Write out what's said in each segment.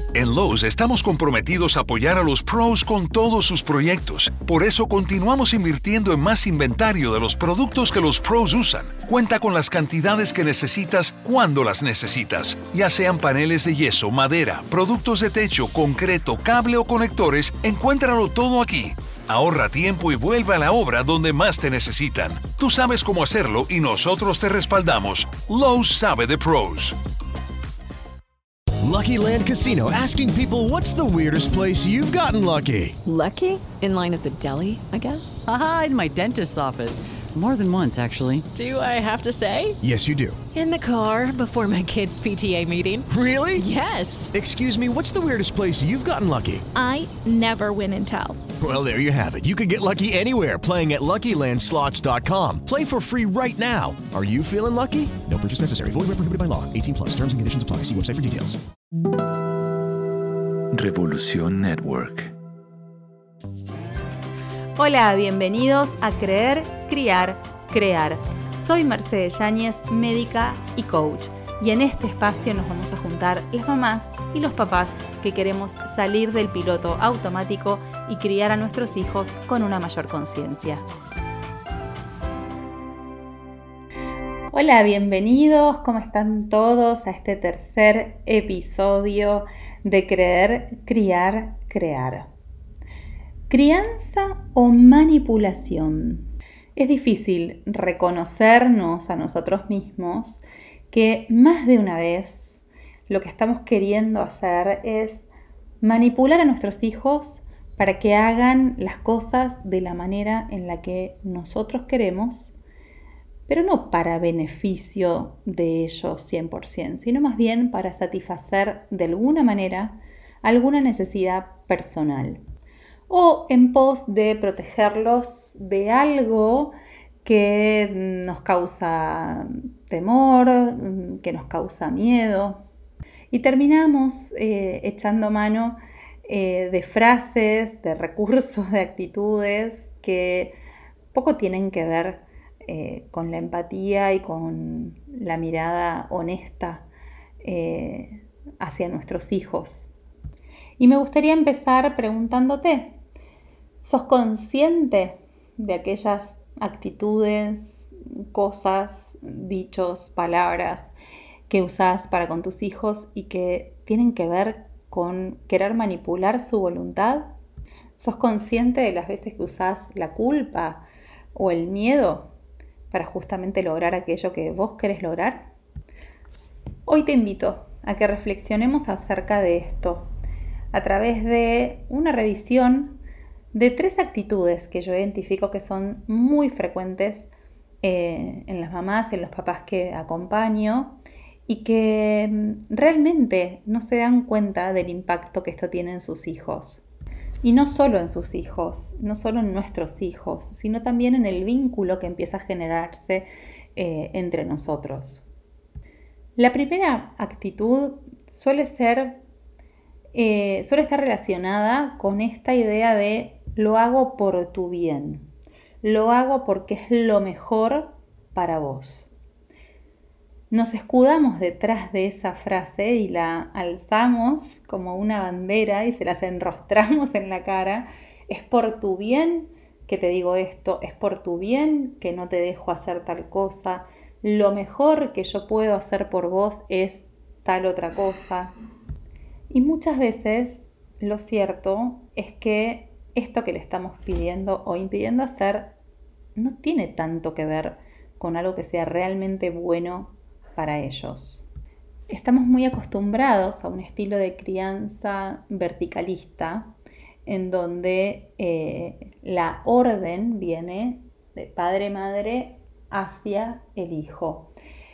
En Lowe's estamos comprometidos a apoyar a los pros con todos sus proyectos. Por eso continuamos invirtiendo en más inventario de los productos que los pros usan. Cuenta con las cantidades que necesitas cuando las necesitas. Ya sean paneles de yeso, madera, productos de techo, concreto, cable o conectores, encuéntralo todo aquí. Ahorra tiempo y vuelve a la obra donde más te necesitan. Tú sabes cómo hacerlo y nosotros te respaldamos. Lowe's sabe de pros. Lucky Land Casino, asking people, what's the weirdest place you've gotten lucky? Lucky? In line at the deli, I guess? Aha, in my dentist's office. More than once, actually. Do I have to say? Yes, you do. In the car before my kids' PTA meeting. Really? Yes. Excuse me, what's the weirdest place you've gotten lucky? I never win and tell. Well, there you have it. You can get lucky anywhere, playing at LuckyLandSlots.com. Play for free right now. Are you feeling lucky? No purchase necessary. Void where prohibited by law. 18+. Terms and conditions apply. See website for details. Revolución Network. Hola, bienvenidos a Creer, Criar, Crear. Soy Mercedes Yáñez, médica y coach. Y en este espacio nos vamos a juntar las mamás y los papás que queremos salir del piloto automático y criar a nuestros hijos con una mayor conciencia. Hola, bienvenidos, ¿cómo están todos a este tercer episodio de Creer, Criar, Crear? ¿Crianza o manipulación? Es difícil reconocernos a nosotros mismos que más de una vez lo que estamos queriendo hacer es manipular a nuestros hijos para que hagan las cosas de la manera en la que nosotros queremos, pero no para beneficio de ellos 100%, sino más bien para satisfacer de alguna manera alguna necesidad personal o en pos de protegerlos de algo que nos causa temor, que nos causa miedo. Y terminamos echando mano de frases, de recursos, de actitudes que poco tienen que ver con la empatía y con la mirada honesta hacia nuestros hijos. Y me gustaría empezar preguntándote, ¿sos consciente de aquellas actitudes, cosas, dichos, palabras que usás para con tus hijos y que tienen que ver con querer manipular su voluntad? ¿Sos consciente de las veces que usás la culpa o el miedo para justamente lograr aquello que vos querés lograr? Hoy te invito a que reflexionemos acerca de esto a través de una revisión de 3 actitudes que yo identifico que son muy frecuentes en las mamás y en los papás que acompaño y que realmente no se dan cuenta del impacto que esto tiene en sus hijos. Y no solo en sus hijos, no solo en nuestros hijos, sino también en el vínculo que empieza a generarse entre nosotros. La primera actitud suele estar relacionada con esta idea de lo hago por tu bien, lo hago porque es lo mejor para vos. Nos escudamos detrás de esa frase y la alzamos como una bandera y se las enrostramos en la cara. Es por tu bien que te digo esto, es por tu bien que no te dejo hacer tal cosa, lo mejor que yo puedo hacer por vos es tal otra cosa. Y muchas veces lo cierto es que esto que le estamos pidiendo o impidiendo hacer no tiene tanto que ver con algo que sea realmente bueno para ellos. Estamos muy acostumbrados a un estilo de crianza verticalista en donde la orden viene de padre-madre hacia el hijo.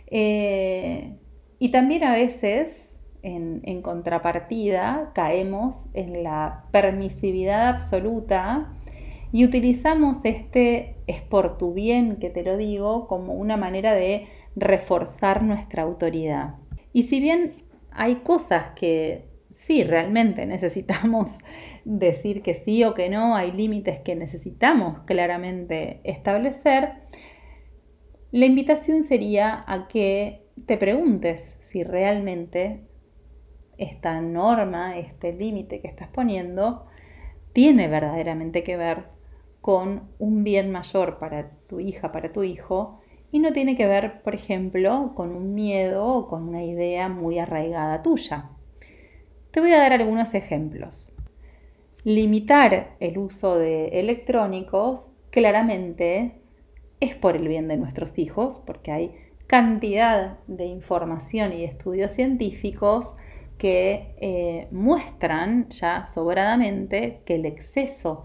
Y también a veces en contrapartida caemos en la permisividad absoluta y utilizamos este es por tu bien que te lo digo como una manera de reforzar nuestra autoridad. Y si bien hay cosas que sí realmente necesitamos decir que sí o que no, hay límites que necesitamos claramente establecer, la invitación sería a que te preguntes si realmente esta norma, este límite que estás poniendo, tiene verdaderamente que ver con un bien mayor para tu hija, para tu hijo, y no tiene que ver, por ejemplo, con un miedo o con una idea muy arraigada tuya. Te voy a dar algunos ejemplos. Limitar el uso de electrónicos claramente es por el bien de nuestros hijos, porque hay cantidad de información y de estudios científicos que muestran ya sobradamente que el exceso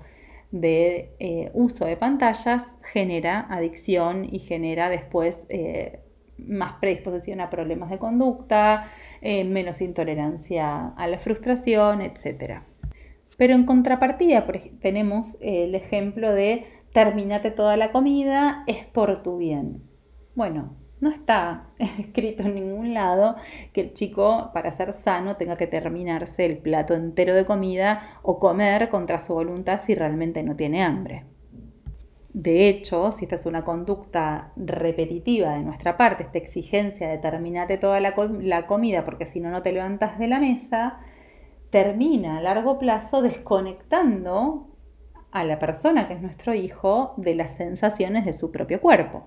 de uso de pantallas genera adicción y genera después más predisposición a problemas de conducta, menos intolerancia a la frustración, etc. Pero en contrapartida tenemos el ejemplo de terminate toda la comida, es por tu bien. Bueno, no está escrito en ningún lado que el chico, para ser sano, tenga que terminarse el plato entero de comida o comer contra su voluntad si realmente no tiene hambre. De hecho, si esta es una conducta repetitiva de nuestra parte, esta exigencia de terminate toda la comida porque si no, no te levantas de la mesa, termina a largo plazo desconectando a la persona que es nuestro hijo de las sensaciones de su propio cuerpo.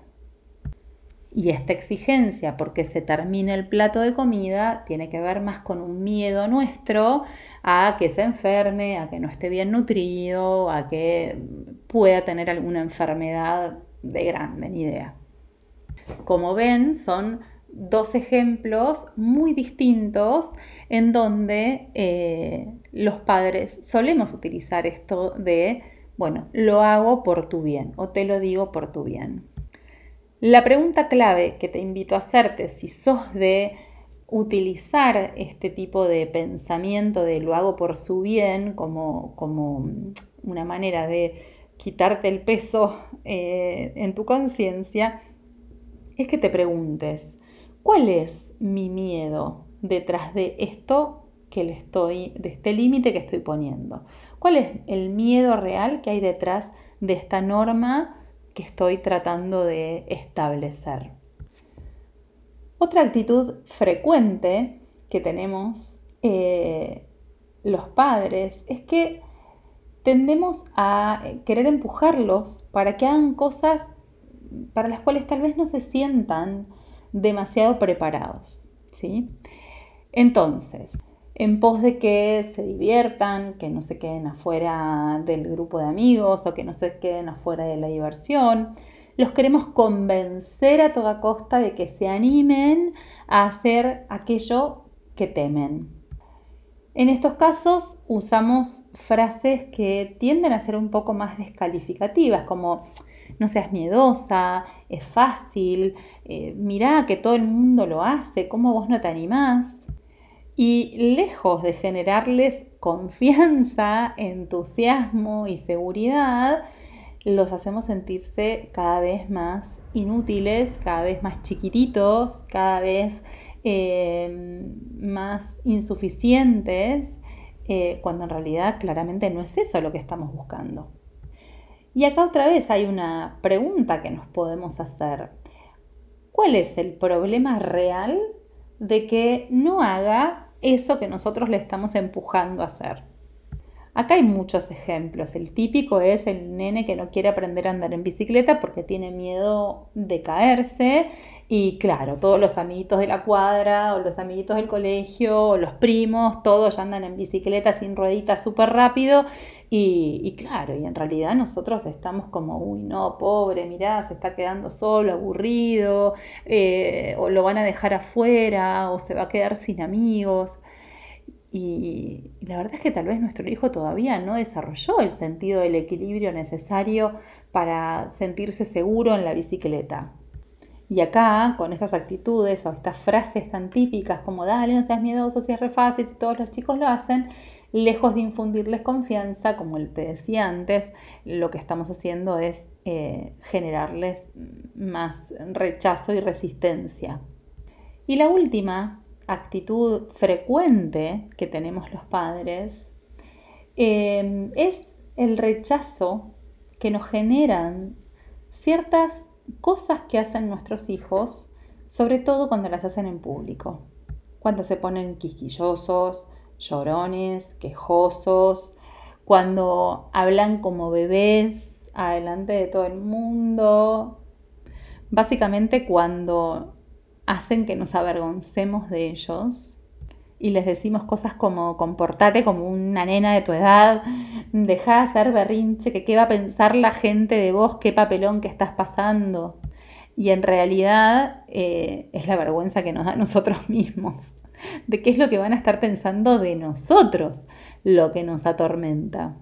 Y esta exigencia porque se termine el plato de comida tiene que ver más con un miedo nuestro a que se enferme, a que no esté bien nutrido, a que pueda tener alguna enfermedad de grande, ni idea. Como ven, son dos ejemplos muy distintos en donde los padres solemos utilizar esto de, bueno, lo hago por tu bien o te lo digo por tu bien. La pregunta clave que te invito a hacerte, si sos de utilizar este tipo de pensamiento de lo hago por su bien como una manera de quitarte el peso en tu conciencia, es que te preguntes, ¿cuál es mi miedo detrás de esto de este límite que estoy poniendo? ¿Cuál es el miedo real que hay detrás de esta norma que estoy tratando de establecer? Otra actitud frecuente que tenemos los padres es que tendemos a querer empujarlos para que hagan cosas para las cuales tal vez no se sientan demasiado preparados, ¿sí? Entonces, en pos de que se diviertan, que no se queden afuera del grupo de amigos o que no se queden afuera de la diversión, los queremos convencer a toda costa de que se animen a hacer aquello que temen. En estos casos usamos frases que tienden a ser un poco más descalificativas, como no seas miedosa, es fácil, mirá que todo el mundo lo hace, ¿cómo vos no te animás? Y lejos de generarles confianza, entusiasmo y seguridad, los hacemos sentirse cada vez más inútiles, cada vez más chiquititos, cada vez más insuficientes, cuando en realidad claramente no es eso lo que estamos buscando. Y acá otra vez hay una pregunta que nos podemos hacer. ¿Cuál es el problema real de que no haga eso que nosotros le estamos empujando a hacer? Acá hay muchos ejemplos. El típico es el nene que no quiere aprender a andar en bicicleta porque tiene miedo de caerse y claro, todos los amiguitos de la cuadra o los amiguitos del colegio o los primos, todos ya andan en bicicleta sin rueditas súper rápido y claro, y en realidad nosotros estamos como, uy no, pobre, mirá, se está quedando solo, aburrido, o lo van a dejar afuera o se va a quedar sin amigos. Y la verdad es que tal vez nuestro hijo todavía no desarrolló el sentido del equilibrio necesario para sentirse seguro en la bicicleta. Y acá, con estas actitudes o estas frases tan típicas como dale, no seas miedoso, si es re fácil, si todos los chicos lo hacen, lejos de infundirles confianza, como te decía antes, lo que estamos haciendo es generarles más rechazo y resistencia. Y la última actitud frecuente que tenemos los padres es el rechazo que nos generan ciertas cosas que hacen nuestros hijos, sobre todo cuando las hacen en público. cuando se ponen quisquillosos, llorones, quejosos, cuando hablan como bebés adelante de todo el mundo. Básicamente cuando hacen que nos avergoncemos de ellos y les decimos cosas como comportate como una nena de tu edad, dejá de hacer berrinche, que qué va a pensar la gente de vos, qué papelón que estás pasando. Y en realidad es la vergüenza que nos da a nosotros mismos, de qué es lo que van a estar pensando de nosotros, lo que nos atormenta.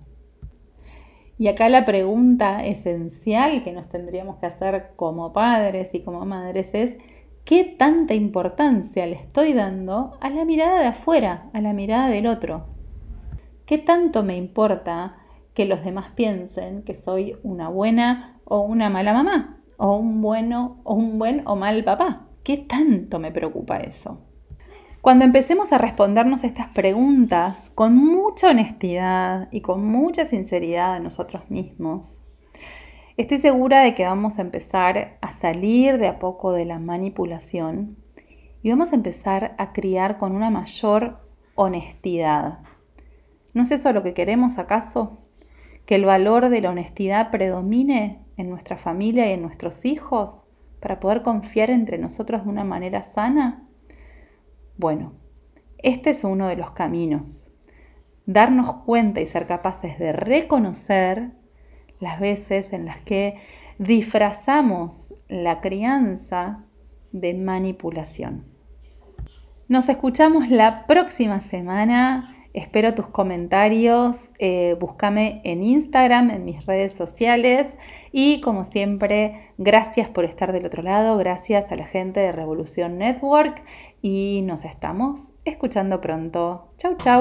Y acá la pregunta esencial que nos tendríamos que hacer como padres y como madres es: ¿qué tanta importancia le estoy dando a la mirada de afuera, a la mirada del otro? ¿Qué tanto me importa que los demás piensen que soy una buena o una mala mamá? ¿O un buen o mal papá? ¿Qué tanto me preocupa eso? Cuando empecemos a respondernos estas preguntas con mucha honestidad y con mucha sinceridad a nosotros mismos, estoy segura de que vamos a empezar a salir de a poco de la manipulación y vamos a empezar a criar con una mayor honestidad. ¿No es eso lo que queremos acaso? ¿Que el valor de la honestidad predomine en nuestra familia y en nuestros hijos para poder confiar entre nosotros de una manera sana? Bueno, este es uno de los caminos. Darnos cuenta y ser capaces de reconocer las veces en las que disfrazamos la crianza de manipulación. Nos escuchamos la próxima semana. Espero tus comentarios. Búscame en Instagram, en mis redes sociales. Y como siempre, gracias por estar del otro lado. Gracias a la gente de Revolución Network. Y nos estamos escuchando pronto. Chau, chau.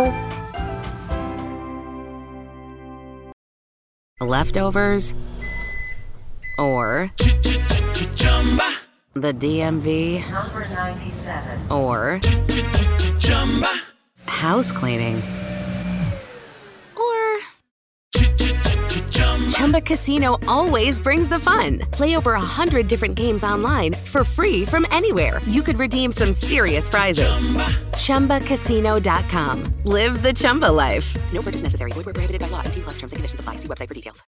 Leftovers or the DMV or house cleaning or Chumba Casino always brings the fun. Play over 100 different games online for free from anywhere. You could redeem some serious prizes. ChumbaCasino.com. Live the Chumba life. No purchase necessary. Void where prohibited by law. 18+ terms and conditions apply. See website for details.